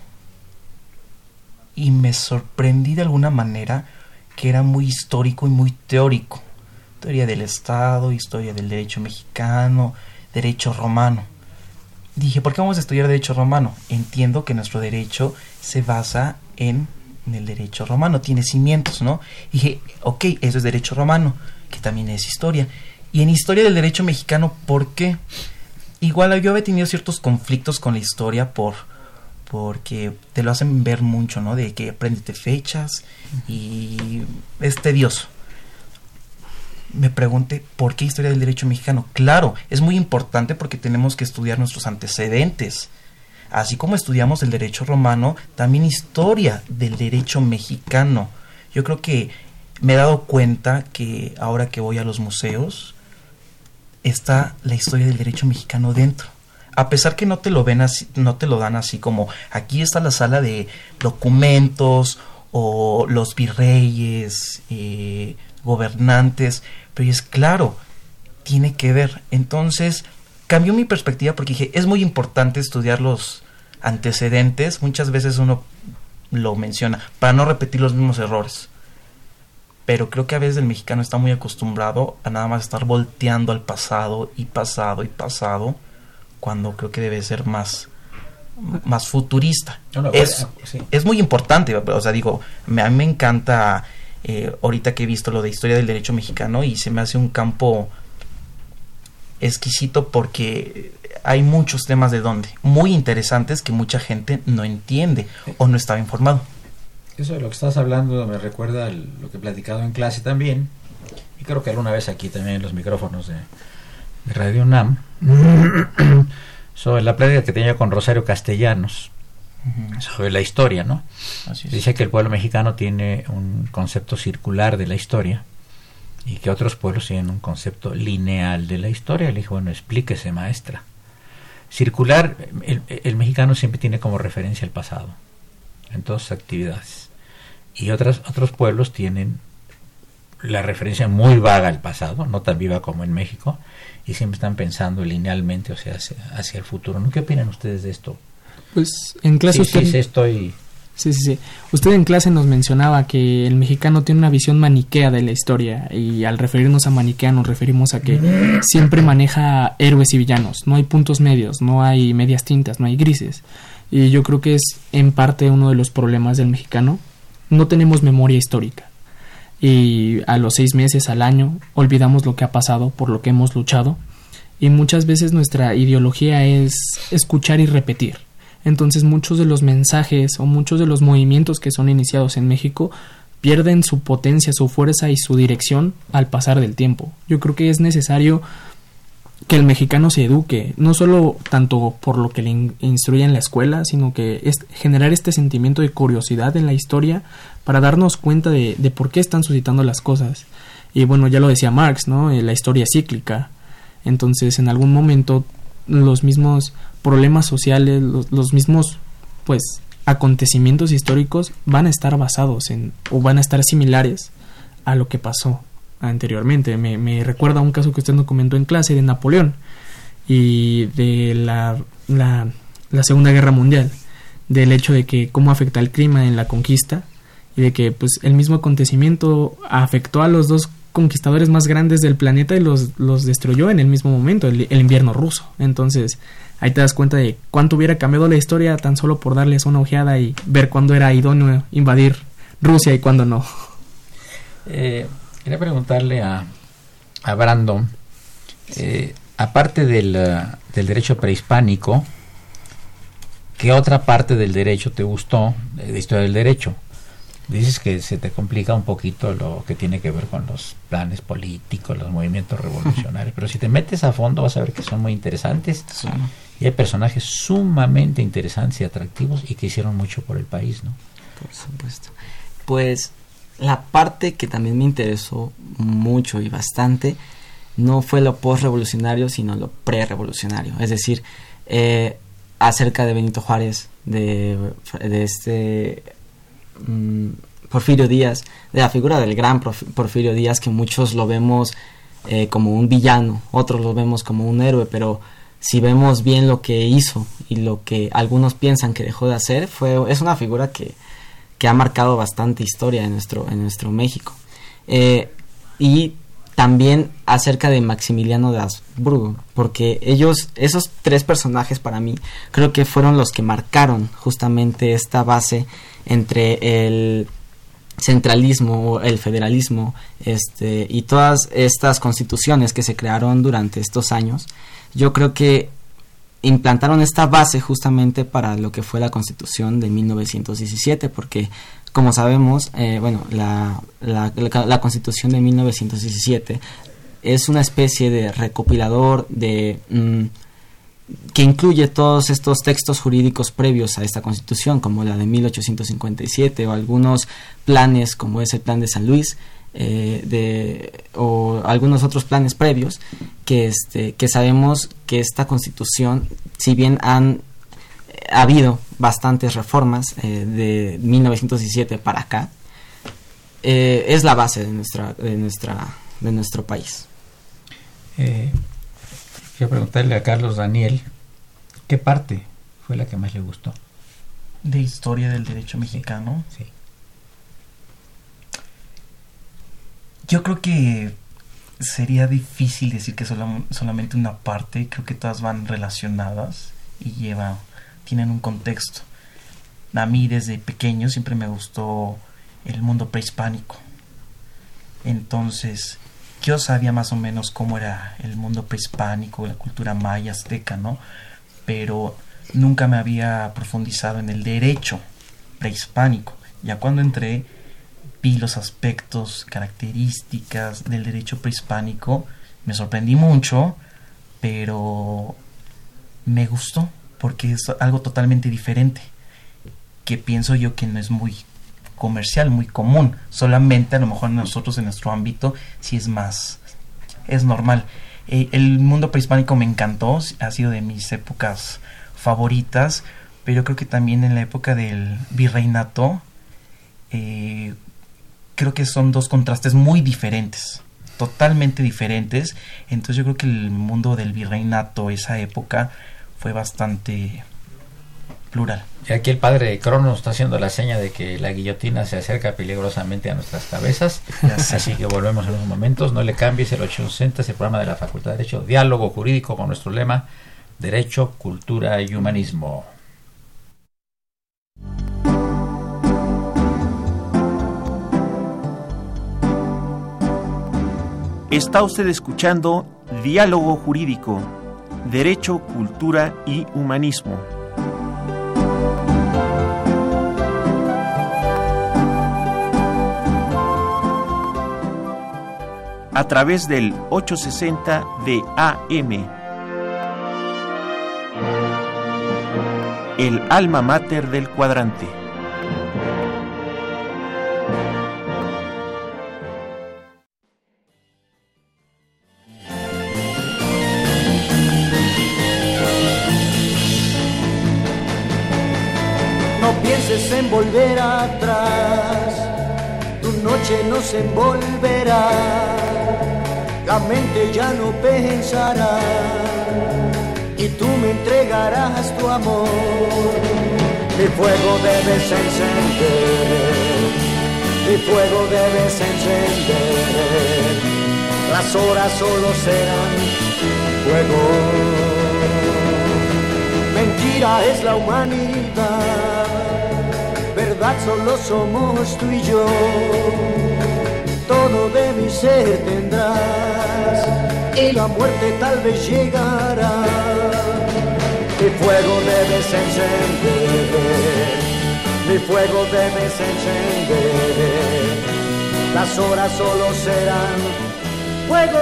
[SPEAKER 7] y me sorprendí de alguna manera que era muy histórico y muy teórico. Teoría del Estado, historia del derecho mexicano, derecho romano. Dije, ¿por qué vamos a estudiar derecho romano? Entiendo que nuestro derecho se basa en el derecho romano, tiene cimientos, ¿no? Dije, ok, eso es derecho romano, que también es historia. Y en historia del derecho mexicano, ¿por qué? Igual yo había tenido ciertos conflictos con la historia porque te lo hacen ver mucho, ¿no? De que apréndete fechas y es tedioso. Me pregunté, ¿por qué historia del derecho mexicano? Claro, es muy importante porque tenemos que estudiar nuestros antecedentes. Así como estudiamos el derecho romano, también historia del derecho mexicano. Yo creo que me he dado cuenta que ahora que voy a los museos, está la historia del derecho mexicano dentro. A pesar que no te lo ven así, no te lo dan así como aquí está la sala de documentos o los virreyes, gobernantes, pero es claro, tiene que ver. Entonces cambió mi perspectiva porque dije, es muy importante estudiar los antecedentes. Muchas veces uno lo menciona para no repetir los mismos errores, pero creo que a veces el mexicano está muy acostumbrado a nada más estar volteando al pasado y pasado y pasado, cuando creo que debe ser más futurista. Es muy importante, o sea, digo, a mí me encanta ahorita que he visto lo de historia del derecho mexicano y se me hace un campo exquisito porque hay muchos temas muy interesantes que mucha gente no entiende o no estaba informado.
[SPEAKER 4] Eso de lo que estás hablando me recuerda lo que he platicado en clase también, y creo que alguna vez aquí también en los micrófonos de Radio UNAM, sobre la plática que tenía con Rosario Castellanos, sobre la historia, ¿no?
[SPEAKER 7] Así es.
[SPEAKER 4] Dice que el pueblo mexicano tiene un concepto circular de la historia y que otros pueblos tienen un concepto lineal de la historia. Le dije, bueno, explíquese, maestra. Circular, el mexicano siempre tiene como referencia el pasado en todas sus actividades, y otros pueblos tienen la referencia muy vaga al pasado, no tan viva como en México, y siempre están pensando linealmente, o sea, hacia el futuro. ¿No? ¿Qué opinan ustedes de esto?
[SPEAKER 6] Pues en clase Sí. Usted en clase nos mencionaba que el mexicano tiene una visión maniquea de la historia, y al referirnos a maniquea nos referimos a que siempre maneja héroes y villanos, no hay puntos medios, no hay medias tintas, no hay grises. Y yo creo que es en parte uno de los problemas del mexicano. No tenemos memoria histórica, y a los 6 meses, al año, olvidamos lo que ha pasado, por lo que hemos luchado, y muchas veces nuestra ideología es escuchar y repetir. Entonces muchos de los mensajes o muchos de los movimientos que son iniciados en México pierden su potencia, su fuerza y su dirección al pasar del tiempo. Yo creo que es necesario que el mexicano se eduque, no solo tanto por lo que le instruye en la escuela, sino que es generar este sentimiento de curiosidad en la historia para darnos cuenta de por qué están suscitando las cosas. Y bueno, ya lo decía Marx, ¿no? La historia es cíclica. Entonces, en algún momento, los mismos problemas sociales, los mismos, pues, acontecimientos históricos van a estar basados o van a estar similares a lo que pasó anteriormente. Me recuerda un caso que usted nos comentó en clase de Napoleón y de la Segunda Guerra Mundial, del hecho de que cómo afecta el clima en la conquista, y de que pues el mismo acontecimiento afectó a los dos conquistadores más grandes del planeta y los destruyó en el mismo momento, el invierno ruso. Entonces ahí te das cuenta de cuánto hubiera cambiado la historia tan solo por darles una ojeada y ver cuándo era idóneo invadir Rusia y cuándo no.
[SPEAKER 4] Quería preguntarle a Brandon, aparte del derecho prehispánico, ¿qué otra parte del derecho te gustó de historia del derecho? Dices que se te complica un poquito lo que tiene que ver con los planes políticos, los movimientos revolucionarios, pero si te metes a fondo vas a ver que son muy interesantes, sí. Y hay personajes sumamente interesantes y atractivos y que hicieron mucho por el país, ¿no?
[SPEAKER 5] Por supuesto. Pues la parte que también me interesó mucho y bastante no fue lo post-revolucionario, sino lo pre-revolucionario, es decir, acerca de Benito Juárez, de Porfirio Díaz, de la figura del gran Porfirio Díaz, que muchos lo vemos como un villano, otros lo vemos como un héroe, pero si vemos bien lo que hizo y lo que algunos piensan que dejó de hacer, es una figura que ha marcado bastante historia en nuestro México. Y también acerca de Maximiliano de Habsburgo, porque esos 3 personajes para mí creo que fueron los que marcaron justamente esta base entre el centralismo o el federalismo y todas estas constituciones que se crearon durante estos años. Yo creo que implantaron esta base justamente para lo que fue la Constitución de 1917, porque como sabemos, la Constitución de 1917 es una especie de recopilador que incluye todos estos textos jurídicos previos a esta Constitución, como la de 1857 o algunos planes como es el Plan de San Luis, o algunos otros planes previos que sabemos que esta Constitución, si bien ha habido bastantes reformas de 1917 para acá, es la base de nuestro país.
[SPEAKER 4] Quiero preguntarle a Carlos Daniel, ¿qué parte fue la que más le gustó?
[SPEAKER 7] De historia del derecho mexicano.
[SPEAKER 4] Sí.
[SPEAKER 7] Yo creo que sería difícil decir que solamente una parte. Creo que todas van relacionadas y tienen un contexto. A mí desde pequeño siempre me gustó el mundo prehispánico. Entonces yo sabía más o menos cómo era el mundo prehispánico, la cultura maya, azteca, ¿no? Pero nunca me había profundizado en el derecho prehispánico. Ya cuando entré vi los aspectos, características del derecho prehispánico, me sorprendí mucho, pero me gustó porque es algo totalmente diferente, que pienso yo que no es muy comercial, muy común. Solamente a lo mejor nosotros en nuestro ámbito sí es normal. El mundo prehispánico me encantó, ha sido de mis épocas favoritas, pero creo que también en la época del virreinato creo que son dos contrastes muy diferentes, totalmente diferentes. Entonces yo creo que el mundo del virreinato, esa época, fue bastante plural.
[SPEAKER 4] Y aquí el padre Cronos está haciendo la seña de que la guillotina se acerca peligrosamente a nuestras cabezas. Así que volvemos en unos momentos. No le cambies, el 860 es el programa de la Facultad de Derecho, diálogo jurídico, con nuestro lema Derecho, Cultura y Humanismo.
[SPEAKER 8] Está usted escuchando Diálogo Jurídico, Derecho, Cultura y Humanismo. A través del 860 de AM. El alma mater del cuadrante.
[SPEAKER 10] No pienses en volver atrás, tu noche no se envolverá, la mente ya no pensará y tú me entregarás tu amor. Mi fuego debes encender, mi fuego debes encender, las horas solo serán fuego. Mentira es la humanidad, verdad solo somos tú y yo. Todo de mi ser tendrás y la muerte tal vez llegará. Mi fuego debes encender, mi fuego debes encender, las horas solo serán fuego.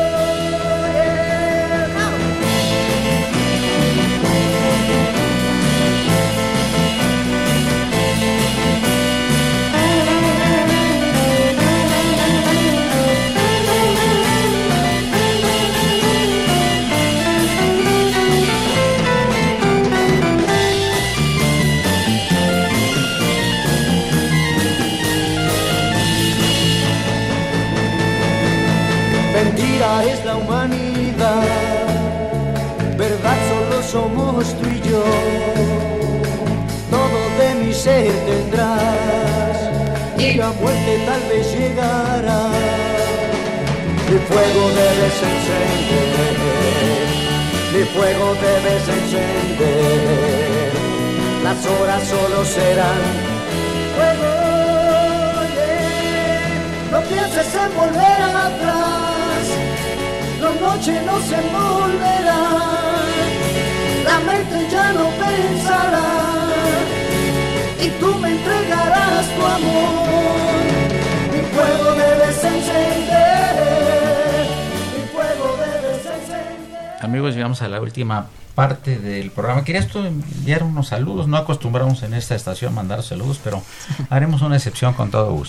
[SPEAKER 10] Mentira es la humanidad, verdad solo somos tú y yo. Todo de mi ser tendrás y la muerte tal vez llegará. Mi fuego debes encender, mi fuego debes encender, las horas solo serán fuego. No pienses en volver atrás, la noche no se envolverá, la mente ya no pensará y tú me entregarás tu amor. Mi fuego debes encender, mi fuego debes encender.
[SPEAKER 4] Amigos, llegamos a la última parte del programa. Quería enviar unos saludos. No acostumbramos en esta estación mandar saludos, pero haremos una excepción con todo gusto.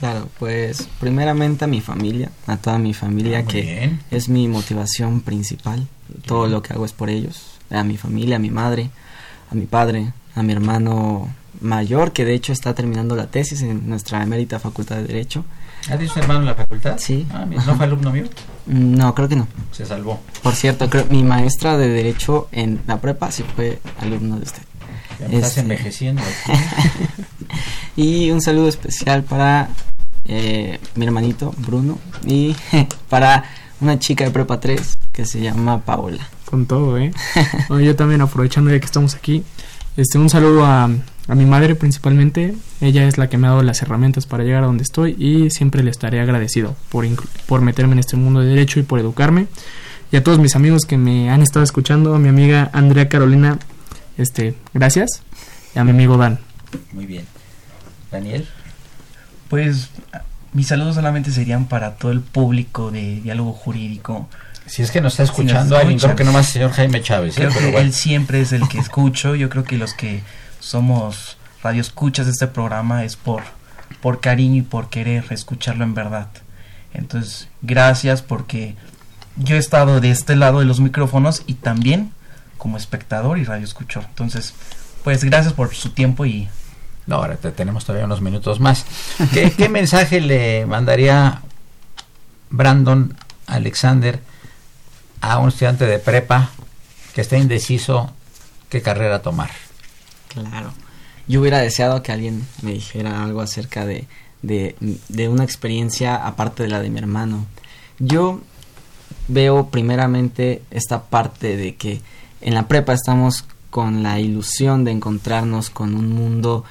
[SPEAKER 5] Claro, pues primeramente a mi familia, a toda mi familia, que
[SPEAKER 4] bien.
[SPEAKER 5] es mi motivación principal. Todo lo que hago es por ellos, a mi familia, a mi madre, a mi padre, a mi hermano mayor, que de hecho está terminando la tesis en nuestra emérita Facultad de Derecho.
[SPEAKER 4] ¿Has dicho hermano en la facultad?
[SPEAKER 5] Sí.
[SPEAKER 4] Mira, ¿no fue alumno mío?
[SPEAKER 5] No, creo que no.
[SPEAKER 4] Se salvó.
[SPEAKER 5] Por cierto, mi maestra de Derecho en la prepa sí fue alumno de usted.
[SPEAKER 4] Ya me estás envejeciendo.
[SPEAKER 5] Y un saludo especial para mi hermanito Bruno y para una chica de prepa 3 que se llama Paola.
[SPEAKER 6] Con todo, Bueno, yo también, aprovechando ya que estamos aquí, un saludo a mi madre principalmente. Ella es la que me ha dado las herramientas para llegar a donde estoy y siempre le estaré agradecido por meterme en este mundo de derecho y por educarme. Y a todos mis amigos que me han estado escuchando, a mi amiga Andrea Carolina, gracias, y a mi amigo Dan.
[SPEAKER 4] Muy bien. Daniel.
[SPEAKER 7] Pues mis saludos solamente serían para todo el público de Diálogo Jurídico.
[SPEAKER 4] Si es que nos está escuchando alguien, creo que nomás el señor Jaime Chávez.
[SPEAKER 7] Creo que
[SPEAKER 4] bueno.
[SPEAKER 7] él siempre es el que escucho. Yo creo que los que somos radioescuchas de este programa es por cariño y por querer escucharlo en verdad. Entonces, gracias, porque yo he estado de este lado de los micrófonos y también como espectador y radioescuchor. Entonces, pues gracias por su tiempo y...
[SPEAKER 4] No, ahora tenemos todavía unos minutos más. ¿Qué mensaje le mandaría Brandon Alexander a un estudiante de prepa que está indeciso qué carrera tomar?
[SPEAKER 5] Claro. Yo hubiera deseado que alguien me dijera algo acerca de una experiencia aparte de la de mi hermano. Yo veo primeramente esta parte de que en la prepa estamos con la ilusión de encontrarnos con un mundo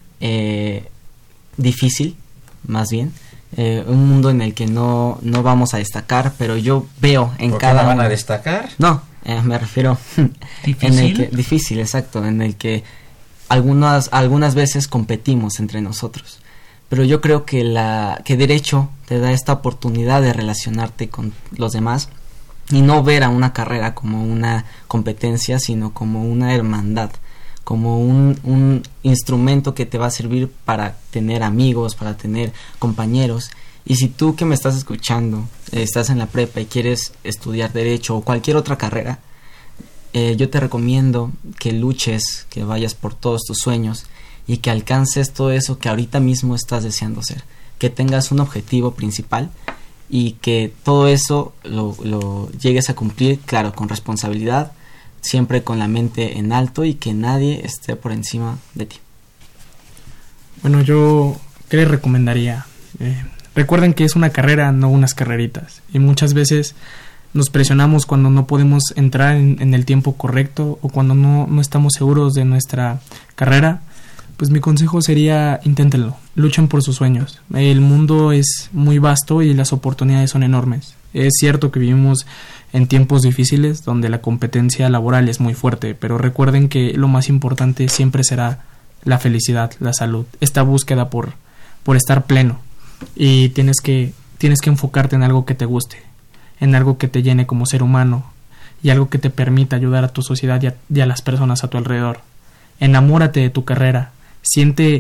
[SPEAKER 5] difícil, más bien, un mundo en el que no vamos a destacar, pero yo veo en
[SPEAKER 4] ¿Por
[SPEAKER 5] cada
[SPEAKER 4] qué no van
[SPEAKER 5] uno...
[SPEAKER 4] a destacar?
[SPEAKER 5] No, me refiero
[SPEAKER 7] ¿Difícil?
[SPEAKER 5] en el que difícil, exacto, en el que algunas veces competimos entre nosotros. Pero yo creo que derecho te da esta oportunidad de relacionarte con los demás y no ver a una carrera como una competencia, sino como una hermandad, como un instrumento que te va a servir para tener amigos, para tener compañeros. Y si tú que me estás escuchando estás en la prepa y quieres estudiar derecho o cualquier otra carrera, yo te recomiendo que luches, que vayas por todos tus sueños y que alcances todo eso que ahorita mismo estás deseando ser, que tengas un objetivo principal y que todo eso lo llegues a cumplir, claro, con responsabilidad, siempre con la mente en alto y que nadie esté por encima de ti.
[SPEAKER 6] Bueno, yo, ¿qué les recomendaría? Recuerden que es una carrera, no unas carreritas, y muchas veces nos presionamos cuando no podemos entrar en el tiempo correcto o cuando no estamos seguros de nuestra carrera. Pues mi consejo sería inténtenlo, luchen por sus sueños. El mundo es muy vasto y las oportunidades son enormes. Es cierto que vivimos en tiempos difíciles donde la competencia laboral es muy fuerte, pero recuerden que lo más importante siempre será la felicidad, la salud, esta búsqueda por estar pleno, y tienes que enfocarte en algo que te guste, en algo que te llene como ser humano y algo que te permita ayudar a tu sociedad y a las personas a tu alrededor. Enamórate de tu carrera. Siente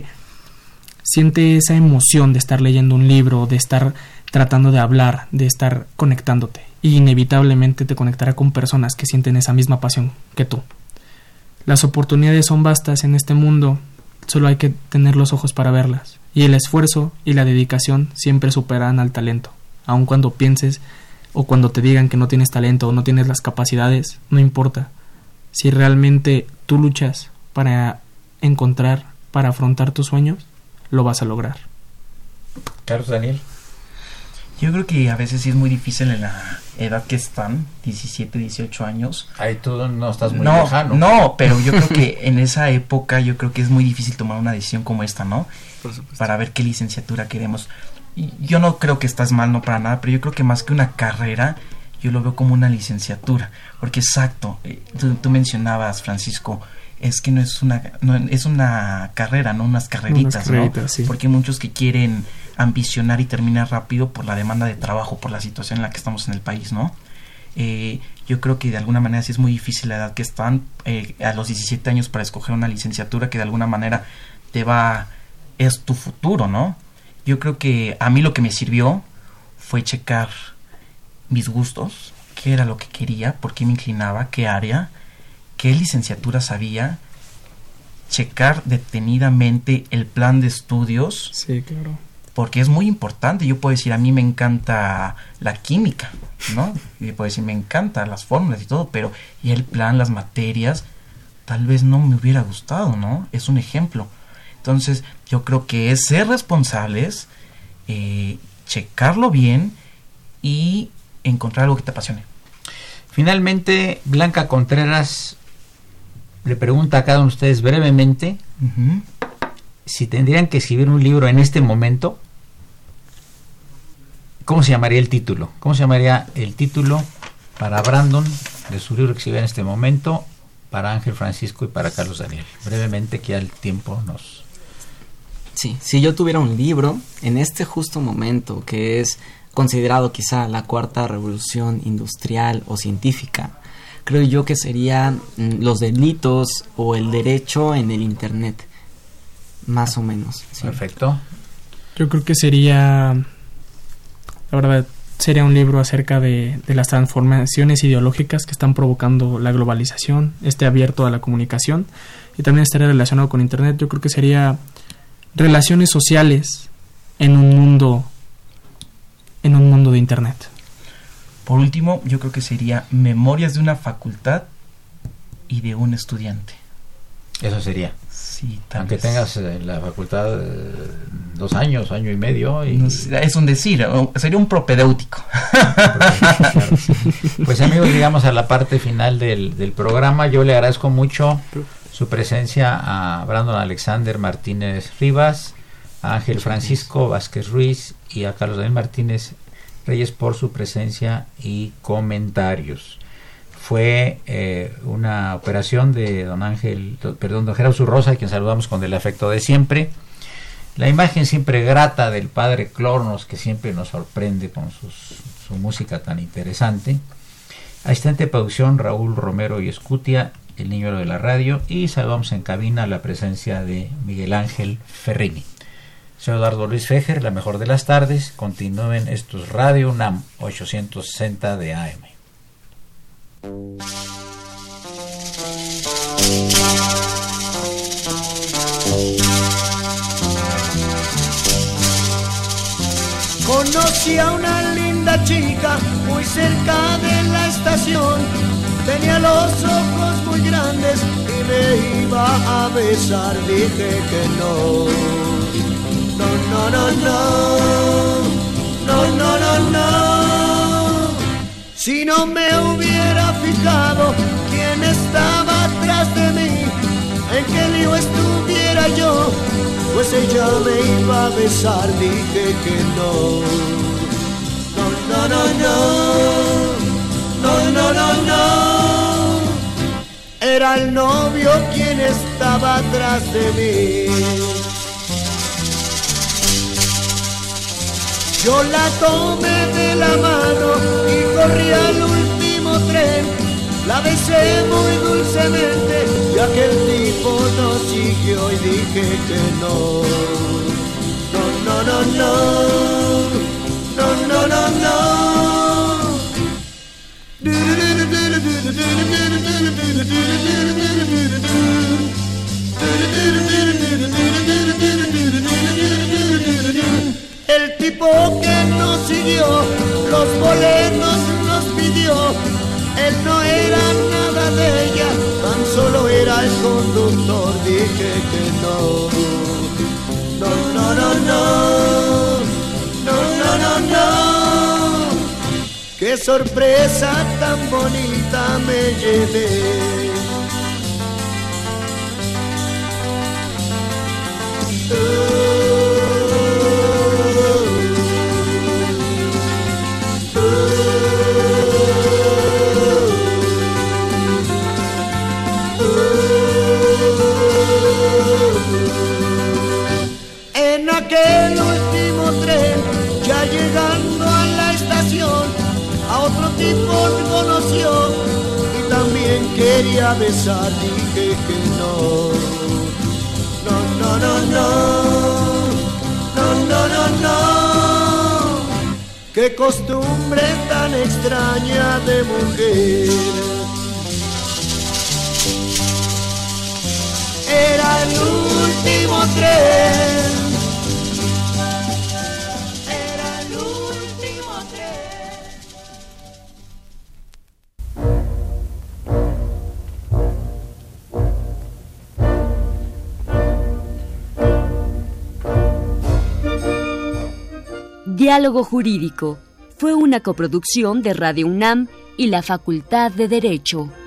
[SPEAKER 6] esa emoción de estar leyendo un libro, de estar tratando de hablar, de estar conectándote. Y inevitablemente te conectará con personas que sienten esa misma pasión que tú. Las oportunidades son vastas en este mundo, solo hay que tener los ojos para verlas. Y el esfuerzo y la dedicación siempre superan al talento. Aun cuando pienses o cuando te digan que no tienes talento o no tienes las capacidades, no importa. Si realmente tú luchas para afrontar tus sueños, lo vas a lograr.
[SPEAKER 4] Carlos Daniel.
[SPEAKER 7] Yo creo que a veces sí es muy difícil en la edad que están, 17, 18 años.
[SPEAKER 4] Ahí tú no estás muy lejano.
[SPEAKER 7] No, pero yo creo que en esa época yo creo que es muy difícil tomar una decisión como esta, ¿no?
[SPEAKER 5] Por supuesto.
[SPEAKER 7] Para ver qué licenciatura queremos. Y yo no creo que estás mal, no para nada, pero yo creo que más que una carrera, yo lo veo como una licenciatura. Porque exacto, tú mencionabas, Francisco, es que es una carrera, no unas carreritas, ¿no?
[SPEAKER 6] Sí.
[SPEAKER 7] Porque hay muchos que quieren ambicionar y terminar rápido por la demanda de trabajo, por la situación en la que estamos en el país, ¿no? Yo creo que de alguna manera sí es muy difícil la edad que están a los 17 años para escoger una licenciatura que de alguna manera es tu futuro, ¿no? yo creo que a mí lo que me sirvió fue checar mis gustos, qué era lo que quería, por qué me inclinaba, qué área, qué licenciatura sabía, checar detenidamente el plan de estudios.
[SPEAKER 6] Sí, claro.
[SPEAKER 7] Porque es muy importante. Yo puedo decir, a mí me encanta la química, ¿no? Y puedo decir, me encantan las fórmulas y todo, pero y el plan, las materias, tal vez no me hubiera gustado, ¿no? Es un ejemplo. Entonces, yo creo que es ser responsables, checarlo bien y encontrar algo que te apasione.
[SPEAKER 4] Finalmente, Blanca Contreras le pregunta a cada uno de ustedes brevemente si tendrían que escribir un libro en este momento, ¿cómo se llamaría el título? ¿Cómo se llamaría el título para Brandon de su libro que escribe en este momento, para Ángel Francisco y para Carlos Daniel? Brevemente, que ya el tiempo nos...
[SPEAKER 5] Sí, si yo tuviera un libro en este justo momento, que es considerado quizá la cuarta revolución industrial o científica, creo yo que serían los delitos o el derecho en el Internet, más o menos. Sí.
[SPEAKER 4] Perfecto.
[SPEAKER 6] Yo creo que sería, la verdad, sería un libro acerca de las transformaciones ideológicas que están provocando la globalización, abierto a la comunicación, y también estaría relacionado con Internet. Yo creo que sería relaciones sociales en un mundo de Internet.
[SPEAKER 7] Por último, yo creo que sería Memorias de una facultad y de un estudiante.
[SPEAKER 4] Eso sería.
[SPEAKER 7] Sí,
[SPEAKER 4] aunque tengas la facultad 2 años, año y medio. Y...
[SPEAKER 7] No sé, es un decir, sería un propedéutico.
[SPEAKER 4] Claro, sí. Pues amigos, llegamos a la parte final del programa. Yo le agradezco mucho su presencia a Brandon Alexander Martínez Rivas, a Ángel Francisco Vázquez Ruiz y a Carlos Daniel Martínez Reyes por su presencia y comentarios. Fue una operación de don Gerardo Zurrosa, a quien saludamos con el afecto de siempre. La imagen siempre grata del padre Clornos, que siempre nos sorprende con su música tan interesante. Asistente de producción Raúl Romero y Escutia, el niño de la radio, y saludamos en cabina la presencia de Miguel Ángel Ferrini. Soy Eduardo Luis Fejer, la mejor de las tardes. Continúen, esto es Radio UNAM 860 de AM.
[SPEAKER 10] Conocí a una linda chica muy cerca de la estación. Tenía los ojos muy grandes y me iba a besar. Dije que no. No, no, no, no. No, no, no, no. Si no me hubiera fijado quién estaba atrás de mí, en qué lío estuviera yo, pues ella me iba a besar. Dije que no. No, no, no, no. No, no, no, no. Era el novio quien estaba atrás de mí. Yo la tomé de la mano y corrí al último tren. La besé muy dulcemente y aquel tipo no siguió y dije que no. No, no, no, no. No, no, no, no. El tipo que nos siguió, los boletos nos pidió. Él no era nada de ella, tan solo era el conductor. Dije que no. No, no, no, no. No, no, no, no. Qué sorpresa tan bonita me llevé. En aquel último tren, ya llegando a la estación, a otro tipo conoció y también quería besar. Dije que no. No, no, no, no. No, no, no, no. qué costumbre tan extraña de mujer. Era el último tren. Era el último tren.
[SPEAKER 3] Diálogo Jurídico fue una coproducción de Radio UNAM y la Facultad de Derecho.